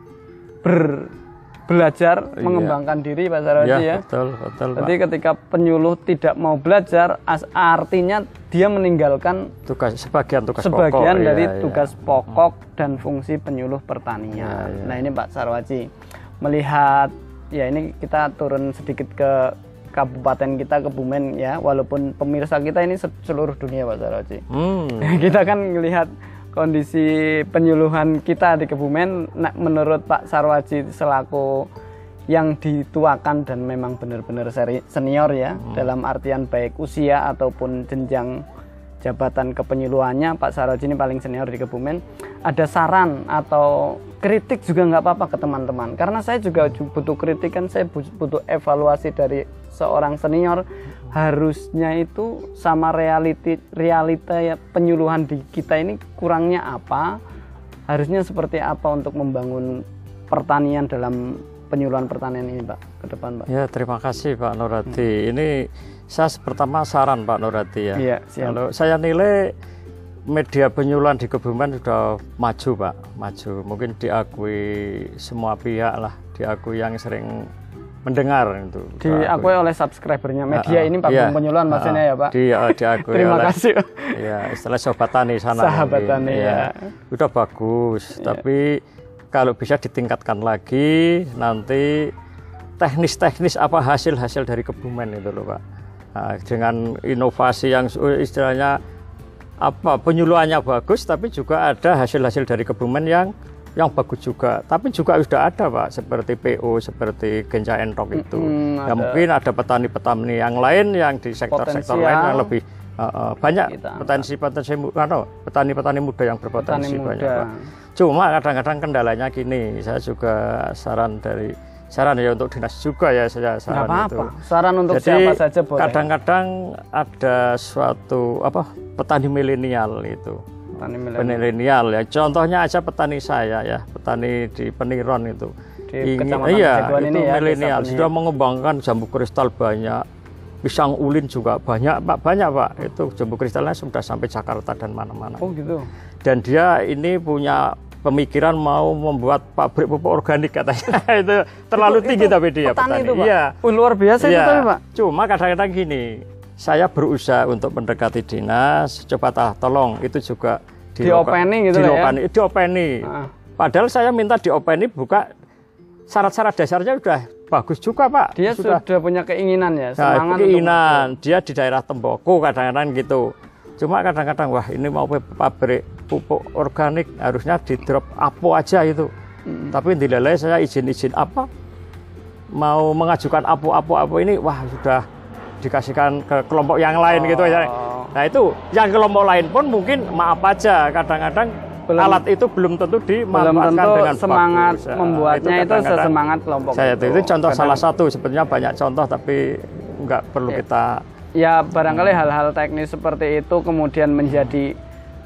belajar mengembangkan diri Pak Sarwoji ya. Betul. Jadi ketika penyuluh tidak mau belajar, artinya dia meninggalkan sebagian pokok, dari tugas pokok dan fungsi penyuluh pertanian. Nah ini Pak Sarwoji melihat ya, ini kita turun sedikit ke kabupaten kita, Kebumen ya, walaupun pemirsa kita ini seluruh dunia Pak Sarwoji. Kita kan melihat kondisi penyuluhan kita di Kebumen. Menurut Pak Sarwoji selaku yang dituakan dan memang benar-benar senior ya, dalam artian baik usia ataupun jenjang jabatan kepenyuluhannya, Pak Sarwoji ini paling senior di Kebumen. Ada saran atau kritik juga nggak apa-apa ke teman-teman, karena saya juga butuh kritik kan, saya butuh evaluasi dari seorang senior. Harusnya itu sama realita ya, penyuluhan di kita ini kurangnya apa, harusnya seperti apa untuk membangun pertanian dalam penyuluhan pertanian ini Pak ke depan Pak. Ya, terima kasih Pak Nurhadi. Ini saya pertama saran Pak Nurhadi ya. Iya, kalau saya nilai media penyuluhan di Kebumen sudah maju Pak, maju, mungkin diakui semua pihak lah, diakui yang sering mendengar itu. Diakui oleh subscribernya media ini Panggung Penyuluhan maksudnya ya Pak. Diakui. Terima kasih. Ya, istilah Sobat Tani sana. Sahabat Tani ya. Udah bagus, tapi kalau bisa ditingkatkan lagi nanti teknis-teknis apa hasil-hasil dari Kebumen itu loh Pak. Nah, dengan inovasi yang istilahnya apa, penyuluhannya bagus, tapi juga ada hasil-hasil dari Kebumen yang bagus juga, tapi juga sudah ada Pak, seperti PO, seperti Genca Entok itu. Ya mungkin ada petani-petani yang lain yang di sektor-sektor lain yang lebih banyak petani-petani muda yang berpotensi banyak Pak. Cuma kadang-kadang kendalanya gini, saya juga saran ya untuk dinas juga ya, saya saran itu. Saran untuk siapa saja boleh. Kadang-kadang ada suatu petani milenial itu. Milenial ya, contohnya aja petani saya ya, petani di Peniron itu, itu milenial sudah mengembangkan jambu kristal banyak, pisang ulin juga banyak Pak, itu jambu kristalnya sudah sampai Jakarta dan mana-mana. Oh gitu. Dan dia ini punya pemikiran mau membuat pabrik pupuk organik katanya. Itu terlalu tinggi tapi dia petani itu Pak. Iya. Luar biasa itu tapi Pak. Cuma kadang-kadang gini, saya berusaha untuk mendekati dinas, coba tolong itu juga diopeni gitu ya. Diopeni. Padahal saya minta diopeni, buka syarat-syarat dasarnya udah bagus juga Pak. Dia sudah punya keinginan ya, semangat. Keinginan. Dia di daerah Temboko kadang-kadang gitu. Cuma kadang-kadang wah ini mau pabrik pupuk organik harusnya di drop Apo aja itu. Tapi dilelai saya izin apa mau mengajukan Apo ini wah sudah dikasihkan ke kelompok yang lain gitu ya. Nah itu yang kelompok lain pun mungkin maaf aja kadang-kadang alat itu belum tentu dimanfaatkan dengan semangat bagus. Membuatnya itu sesemangat kelompok saya itu contoh salah satu, sebenarnya banyak contoh tapi nggak perlu kita ya barangkali hal-hal teknis seperti itu kemudian menjadi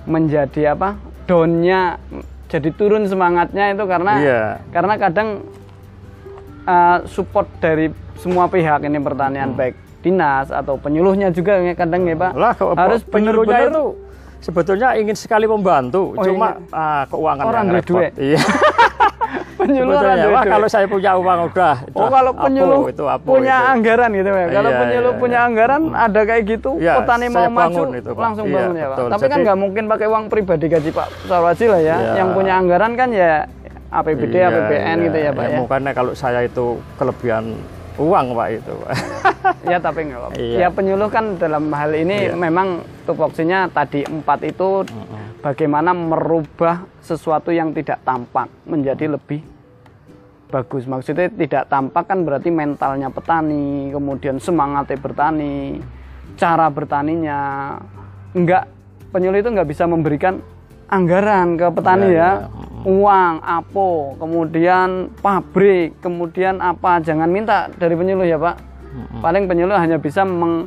downnya, jadi turun semangatnya itu karena kadang support dari semua pihak ini pertanian baik dinas atau penyuluhnya juga kadang ya Pak. Harus penyuluhnya itu sebetulnya ingin sekali membantu, cuma keuangan orang duit. Iya. Penyuluh kalau saya punya uang udah. Kalau penyuluh punya anggaran gitu ya. Kalau penyuluh punya anggaran ada kayak gitu, petani mau maju langsung bangun ya Pak. Tapi kan nggak mungkin pakai uang pribadi gaji Pak Sarwoji lah ya. Yang punya anggaran kan ya APBD, APBN gitu ya Pak ya. Makanya kalau saya itu kelebihan uang Pak itu. Ya tapi nggak apa-apa. Ya penyuluh kan dalam hal ini memang tupoksinya tadi 4 itu bagaimana merubah sesuatu yang tidak tampak menjadi lebih bagus. Maksudnya tidak tampak kan berarti mentalnya petani, kemudian semangatnya bertani, cara bertaninya. Enggak, penyuluh itu nggak bisa memberikan anggaran ke petani ya. Uang, apo, kemudian pabrik, kemudian apa, jangan minta dari penyuluh ya Pak. Paling penyuluh hanya bisa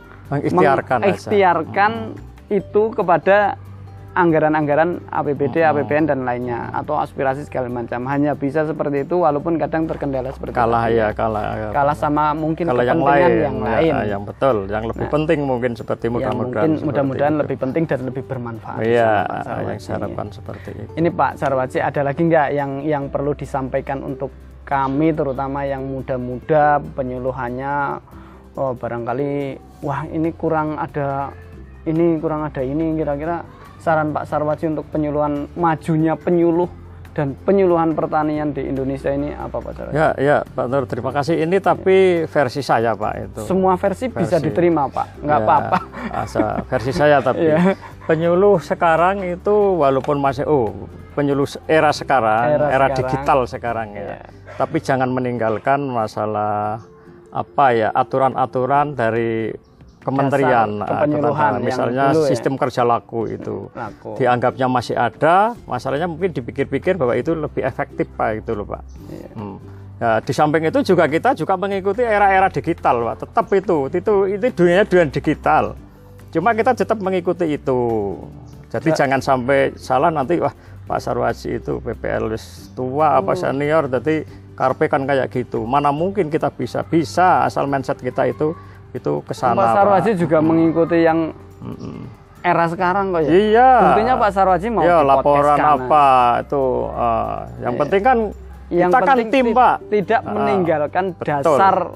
mengikhtiarkan itu kepada anggaran-anggaran APBD, APBN dan lainnya, atau aspirasi segala macam. Hanya bisa seperti itu walaupun kadang terkendala seperti itu. Kalah sama mungkin kepentingan yang lain. Yang betul, yang lebih penting mungkin seperti mudah-mudahan lebih penting dan lebih bermanfaat. Iya, yang saya harapkan seperti itu. Ini Pak Sarwaji, ada lagi nggak yang perlu disampaikan untuk kami, terutama yang muda-muda penyuluhannya? Oh, barangkali wah ini kurang ada ini, kira-kira saran Pak Sarwaji untuk penyuluhan, majunya penyuluh dan penyuluhan pertanian di Indonesia ini apa Pak Sarwaji? Ya Pak Nur, terima kasih. Ini tapi versi saya Pak itu. Semua versi bisa diterima Pak, nggak apa-apa. Versi saya tapi penyuluh sekarang itu walaupun masih penyuluh era sekarang, era digital sekarang ya. Tapi jangan meninggalkan masalah aturan-aturan dari kementerian, misalnya sistem kerja laku itu dianggapnya masih ada, masalahnya mungkin dipikir-pikir bahwa itu lebih efektif Pak, itu loh Pak. Ya, di samping itu juga kita juga mengikuti era-era digital Pak, tetap itu dunia digital, cuma kita tetap mengikuti itu. Jadi jangan sampai salah nanti, wah Pak Sarwaji itu PPL tua apa senior, jadi karpe kan kayak gitu, mana mungkin kita bisa asal mindset kita itu kesana. Pak Sarwaji juga mengikuti yang era sekarang kok ya. Iya. Buktinya Pak Sarwaji mau laporan apa itu. Yang penting kan kita kan tim Pak. Tidak meninggalkan dasar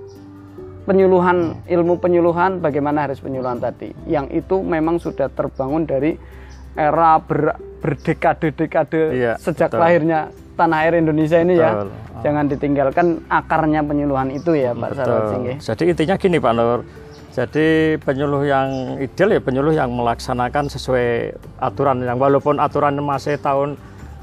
penyuluhan, ilmu penyuluhan, bagaimana harus penyuluhan tadi. Yang itu memang sudah terbangun dari era berdekade-dekade sejak lahirnya tanah air Indonesia ini ya. Jangan ditinggalkan akarnya penyuluhan itu ya Pak Sarwaji. Jadi intinya gini Pak Nur, jadi penyuluh yang ideal ya penyuluh yang melaksanakan sesuai aturan, yang walaupun aturan masih tahun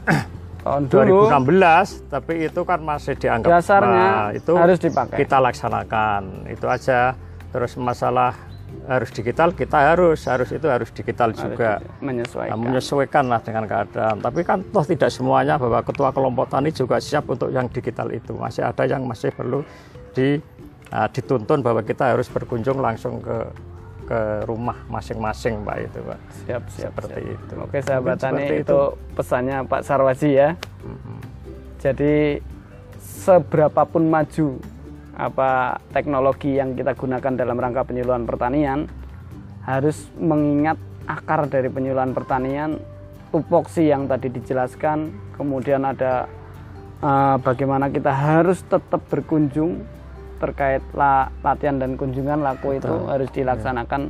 2016, tapi itu kan masih dianggap dasarnya itu harus dipakai. Kita laksanakan itu aja. Terus masalah harus digital, kita harus digital juga, menyesuaikan lah dengan keadaan. Tapi kan toh tidak semuanya bahwa ketua kelompok tani juga siap untuk yang digital itu. Masih ada yang masih perlu dituntun bahwa kita harus berkunjung langsung ke rumah masing-masing Pak, itu Pak. Siap. Seperti itu. Oke sahabat tani, itu pesannya Pak Sarwaji ya. Jadi seberapapun maju teknologi yang kita gunakan dalam rangka penyuluhan pertanian, harus mengingat akar dari penyuluhan pertanian, tupoksi yang tadi dijelaskan, kemudian ada bagaimana kita harus tetap berkunjung, terkait latihan dan kunjungan laku itu harus dilaksanakan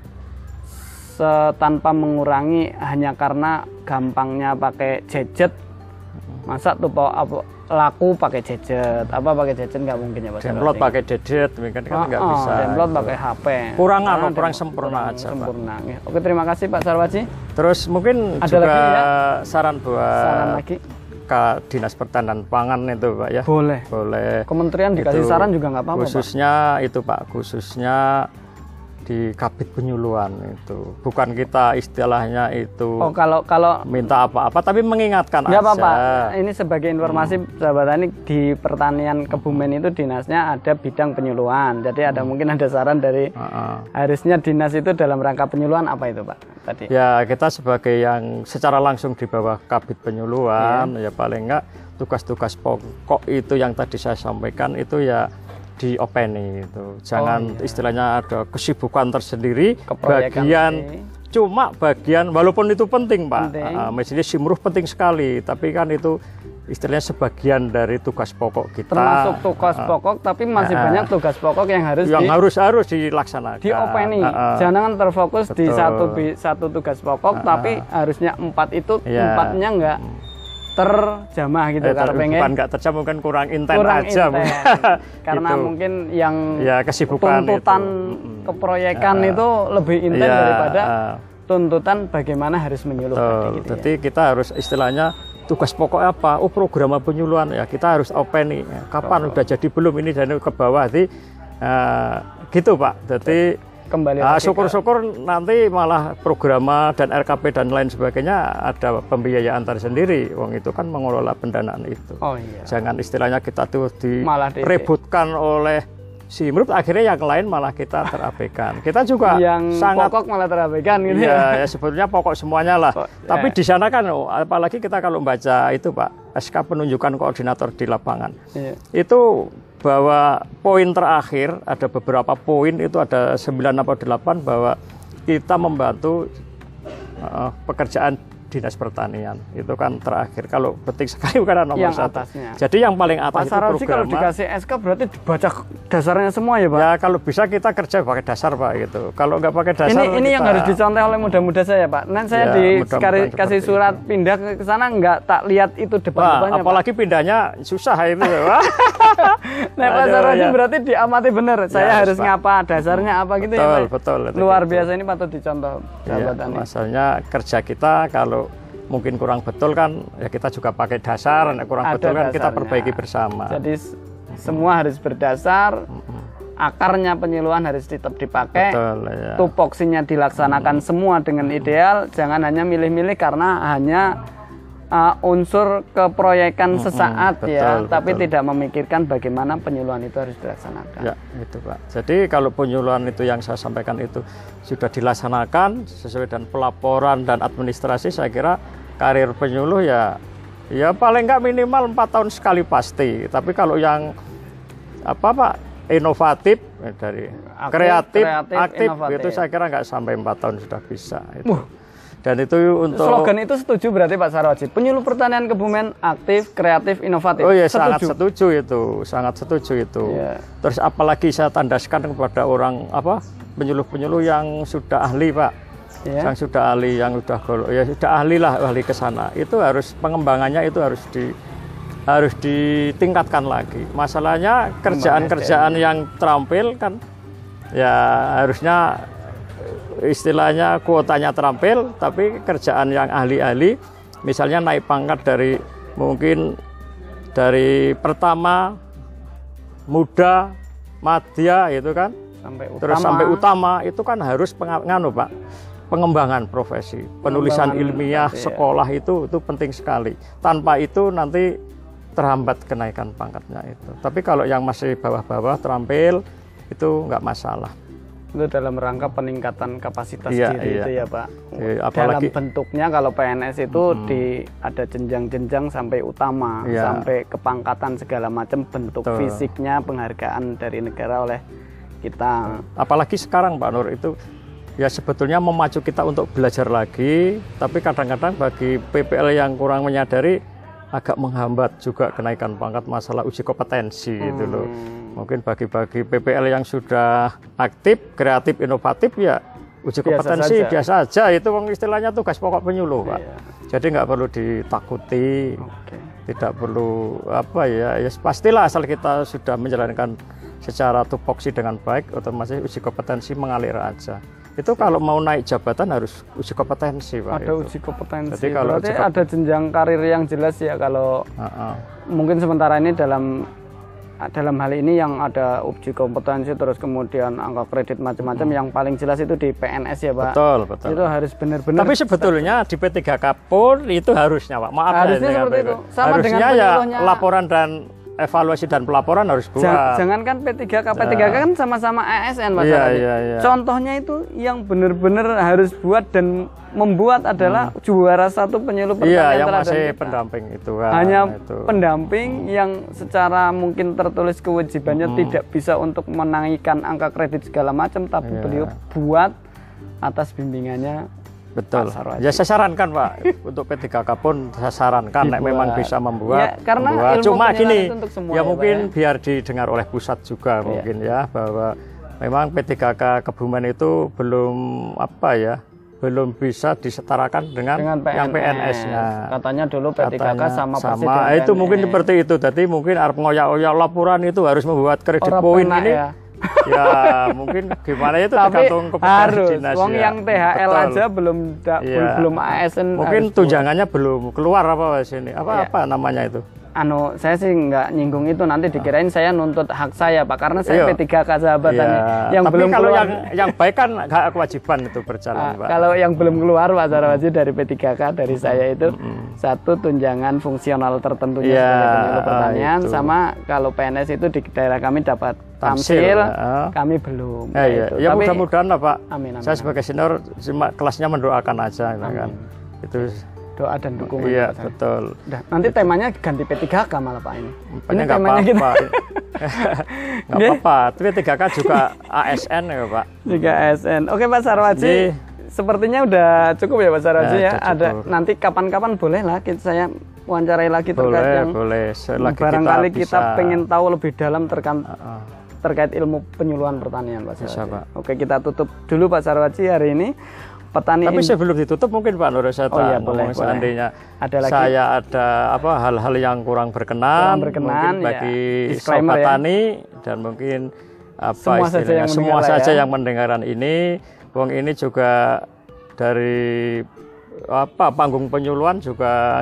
tanpa mengurangi hanya karena gampangnya pakai gadget. Masa laku pakai gadget, pakai gadget nggak mungkin ya Pak. Download pakai gadget, kan nggak bisa. Download pakai HP. Kurang sempurna aja. Pak. Oke, terima kasih Pak Sarwaji. Terus mungkin ada juga lagi, ya? Saran lagi. Ke Dinas Pertanian Pangan itu Pak ya. Boleh. Kementerian dikasih saran juga nggak apa-apa. Khususnya Pak. Itu Pak, khususnya di Kabid Penyuluhan itu, bukan kita istilahnya itu kalau minta apa-apa, tapi mengingatkan aja. Apa-apa. Ini sebagai informasi sahabat tani, di Pertanian Kebumen itu dinasnya ada bidang penyuluhan. Jadi ada mungkin ada saran dari harusnya dinas itu dalam rangka penyuluhan apa itu Pak tadi? Ya kita sebagai yang secara langsung di bawah Kabid Penyuluhan ya paling enggak tugas-tugas pokok itu yang tadi saya sampaikan itu ya diopeni itu, jangan istilahnya ada kesibukan tersendiri, cuma bagian walaupun itu penting Pak, misalnya simruh penting sekali, tapi kan itu istilahnya sebagian dari tugas pokok kita. Termasuk tugas pokok, tapi masih banyak tugas pokok yang harus dilaksanakan. Diopeni, jangan terfokus di satu tugas pokok, tapi harusnya 4 itu 4-nya enggak terjamah gitu bukan nggak terjamah, mungkin kurang intens aja karena gitu. Mungkin yang ya kesibukan tuntutan keproyekan itu lebih intens daripada tuntutan bagaimana harus menyuluh gitu. Jadi kita harus istilahnya tugas pokok apa? Oh, program penyuluhan ya kita harus open nih. Kapan udah jadi belum ini dan ke bawah sih gitu Pak. Jadi kembali syukur-syukur nanti malah program dan RKP dan lain sebagainya ada pembiayaan tersendiri. Wong itu kan mengelola pendanaan itu. Oh iya. Jangan istilahnya kita tuh diributkan oleh si menurut akhirnya yang lain malah kita terabaikan. Kita juga yang sangat pokok malah terabaikan gitu ya sebetulnya pokok semuanya lah. Tapi di sana kan apalagi kita kalau baca itu Pak, SK penunjukan koordinator di lapangan. Itu bahwa poin terakhir ada beberapa poin itu ada 9 atau 8 bahwa kita membantu pekerjaan Dinas Pertanian itu kan terakhir. Kalau petik sekali bukan nomor 1. Atasnya. Jadi yang paling atas itu program. Kalau dikasih SK berarti dibaca dasarnya semua ya Pak? Ya kalau bisa kita kerja pakai dasar Pak gitu. Kalau nggak pakai dasar ini yang harus dicontoh oleh muda-muda saya Pak. Nanti saya dikasih surat pindah ke sana nggak tak lihat itu depan-depannya. Apalagi Pak. Pindahnya susah itu Pak. Nah Pak Sarwaji berarti diamati benar. Saya harus ngapa, dasarnya apa gitu ya Pak? Betul. Luar biasa, ini patut dicontoh. Masalahnya kerja kita kalau mungkin kurang betul kan ya kita juga pakai dasar, kurang betul kan kita perbaiki bersama. Jadi semua harus berdasar, akarnya penyuluhan harus tetap dipakai, tupoksinya dilaksanakan semua dengan ideal, jangan hanya milih-milih karena hanya unsur keproyekan sesaat tapi tidak memikirkan bagaimana penyuluhan itu harus dilaksanakan. Ya, gitu Pak. Jadi kalau penyuluhan itu yang saya sampaikan itu sudah dilaksanakan sesuai dengan pelaporan dan administrasi, saya kira karir penyuluh ya paling nggak minimal 4 tahun sekali pasti. Tapi kalau yang apa Pak inovatif dari kreatif, aktif itu saya kira nggak sampai 4 tahun sudah bisa. Itu. Dan itu untuk slogan itu setuju berarti Pak Sarwaji. Penyuluh pertanian Kebumen aktif, kreatif, inovatif. Oh iya, sangat setuju itu. Terus apalagi saya tandaskan kepada orang penyuluh-penyuluh yang sudah ahli Pak. Yang sudah ahli, yang sudah ahli lah, ahli ke sana. Itu harus pengembangannya itu harus ditingkatkan lagi. Masalahnya kerjaan-kerjaan yang terampil kan ya harusnya istilahnya kuotanya terampil, tapi kerjaan yang ahli-ahli misalnya naik pangkat dari mungkin dari pertama muda madya itu kan sampai utama itu kan harus Pak pengembangan profesi, penulisan ilmiah, sekolah itu penting sekali. Tanpa itu nanti terhambat kenaikan pangkatnya itu. Tapi kalau yang masih bawah-bawah terampil itu nggak masalah. Itu dalam rangka peningkatan kapasitas diri itu ya Pak. Apalagi dalam bentuknya kalau PNS itu ada jenjang-jenjang sampai utama, sampai kepangkatan segala macam bentuk fisiknya, penghargaan dari negara oleh kita. Apalagi sekarang Pak Nur itu ya sebetulnya memacu kita untuk belajar lagi, tapi kadang-kadang bagi PPL yang kurang menyadari agak menghambat juga kenaikan pangkat masalah uji kompetensi itu loh. Mungkin bagi PPL yang sudah aktif, kreatif, inovatif ya uji kompetensi biasa aja. Itu istilahnya tugas pokok penyuluh Pak. Jadi nggak perlu ditakuti, tidak perlu ya pastilah asal kita sudah menjalankan secara tupoksi dengan baik, otomatis uji kompetensi mengalir aja. Itu kalau mau naik jabatan harus uji kompetensi Pak. Ada uji kompetensi. Jadi kalau berarti ada jenjang karir yang jelas ya kalau mungkin sementara ini dalam hal ini yang ada uji kompetensi terus kemudian angka kredit macam-macam yang paling jelas itu di PNS ya Pak. Betul. Itu harus benar-benar. Tapi sebetulnya di P3K pun itu harusnya Pak. Maaf harusnya seperti itu. Sama harusnya ya laporan dan evaluasi dan pelaporan harus buat. Jangankan P3K, P3K kan sama-sama ASN Pak. Contohnya itu yang benar-benar harus buat dan membuat adalah juara 1 penyuluh pertanian yang masih pendamping itu kan. Hanya pendamping yang secara mungkin tertulis kewajibannya tidak bisa untuk menaikkan angka kredit segala macam, tapi beliau buat atas bimbingannya. Betul. Ya saya sarankan Pak untuk P3K pun saya sarankan memang bisa membuat. Karena cuma gini, semua mungkin biar didengar oleh pusat juga mungkin ya bahwa memang P3K Kebumen itu belum belum bisa disetarakan dengan yang PNS-nya. Katanya dulu P3K sama persis sama. Itu PNS. mungkin seperti itu. Jadi mungkin arep ngoyak-ngoyak laporan itu harus membuat kredit poin ini. Ya. Ya mungkin gimana itu tapi tergantung kepada harus dinas wong ya. yang THL Betul. aja belum ASN mungkin harus tunjangannya belum keluar apa sini apa namanya itu. Saya sih nggak nyinggung itu, nanti dikirain saya nuntut hak saya Pak, karena saya P3K sahabatannya yang tapi belum kalau keluar. yang baik kan nggak kewajiban itu berjalan Pak. Kalau yang belum keluar Pak Sarwaji dari P3K dari saya itu satu tunjangan fungsional tertentunya sebagai penyuluh pertanian, sama kalau PNS itu di daerah kami dapat tamsil, kami belum. Ya mudah-mudahan lah Pak. Amin. Saya sebagai senior cuma kelasnya mendoakan aja kan. Itu doa dan dukungan. Iya betul. Nanti temanya ganti P3K malah Pak ini. Ini temanya apa-apa. Nggak apa-apa. Tapi P3K juga ASN ya Pak. Juga ASN. Oke Pak Sarwaji. Sepertinya udah cukup ya Pak Sarwaji ya. Ada nanti kapan-kapan boleh lah saya wawancarai lagi terkait yang barangkali kita pengen tahu lebih dalam terkait ilmu penyuluhan pertanian Pak Sarwaji. Oke, kita tutup dulu Pak Sarwaji hari ini. Tapi sebelum ditutup mungkin Pak Nur saya boleh. Seandainya ada lagi. Saya ada hal-hal yang kurang berkenan mungkin bagi sobat tani dan mungkin semua saja yang mendengarkan ini. Wong ini juga dari panggung penyuluhan juga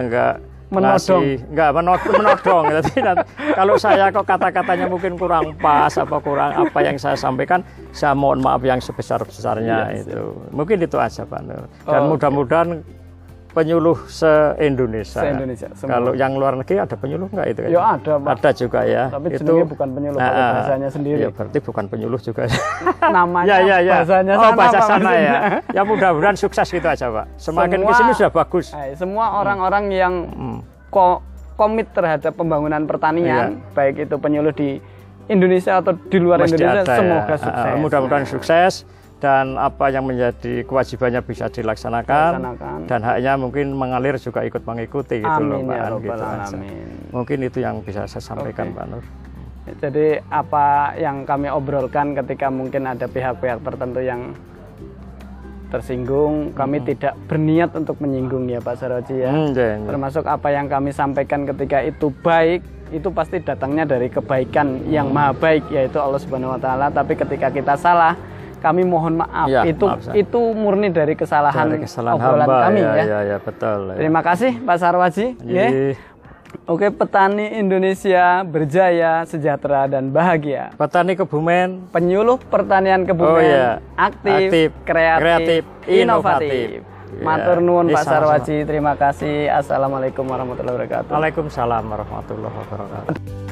menodong. Jadi kalau saya kok kata-katanya mungkin kurang pas kurang apa yang saya sampaikan, saya mohon maaf yang sebesar-besarnya itu. Mungkin itu aja Pak Nur. Dan mudah-mudahan penyuluh se-Indonesia. Kalau yang luar negeri ada penyuluh nggak itu? Ya ada Pak. Ada juga ya. Tapi itu bukan penyuluh, bahasanya sendiri. Ya berarti bukan penyuluh juga. Namanya bahasanya bahasa sana ya. Ya mudah-mudahan sukses gitu aja Pak. Semakin ke sini sudah bagus. Semua orang-orang yang komit terhadap pembangunan pertanian, baik itu penyuluh di Indonesia atau di luar Indonesia, semoga sukses. Mudah-mudahan sukses. Dan apa yang menjadi kewajibannya bisa dilaksanakan dan haknya mungkin mengalir juga ikut mengikuti gitu loh Pak. Mungkin itu yang bisa saya sampaikan Pak Nur. Jadi apa yang kami obrolkan ketika mungkin ada pihak-pihak tertentu yang tersinggung, kami tidak berniat untuk menyinggung ya Pak Sarwaji ya. Termasuk apa yang kami sampaikan ketika itu baik, itu pasti datangnya dari kebaikan yang maha baik, yaitu Allah Subhanahu wa Ta'ala. Tapi ketika kita salah, kami mohon maaf. Ya, itu murni dari kesalahan obrolan hamba, kami ya. Betul. Terima kasih Pak Sarwaji. Oke, petani Indonesia berjaya, sejahtera dan bahagia. Petani Kebumen, penyuluh pertanian Kebumen, aktif, kreatif, inovatif. Matur nuwun Pak Sarwaji. Terima kasih. Assalamualaikum warahmatullahi wabarakatuh. Waalaikumsalam warahmatullahi wabarakatuh.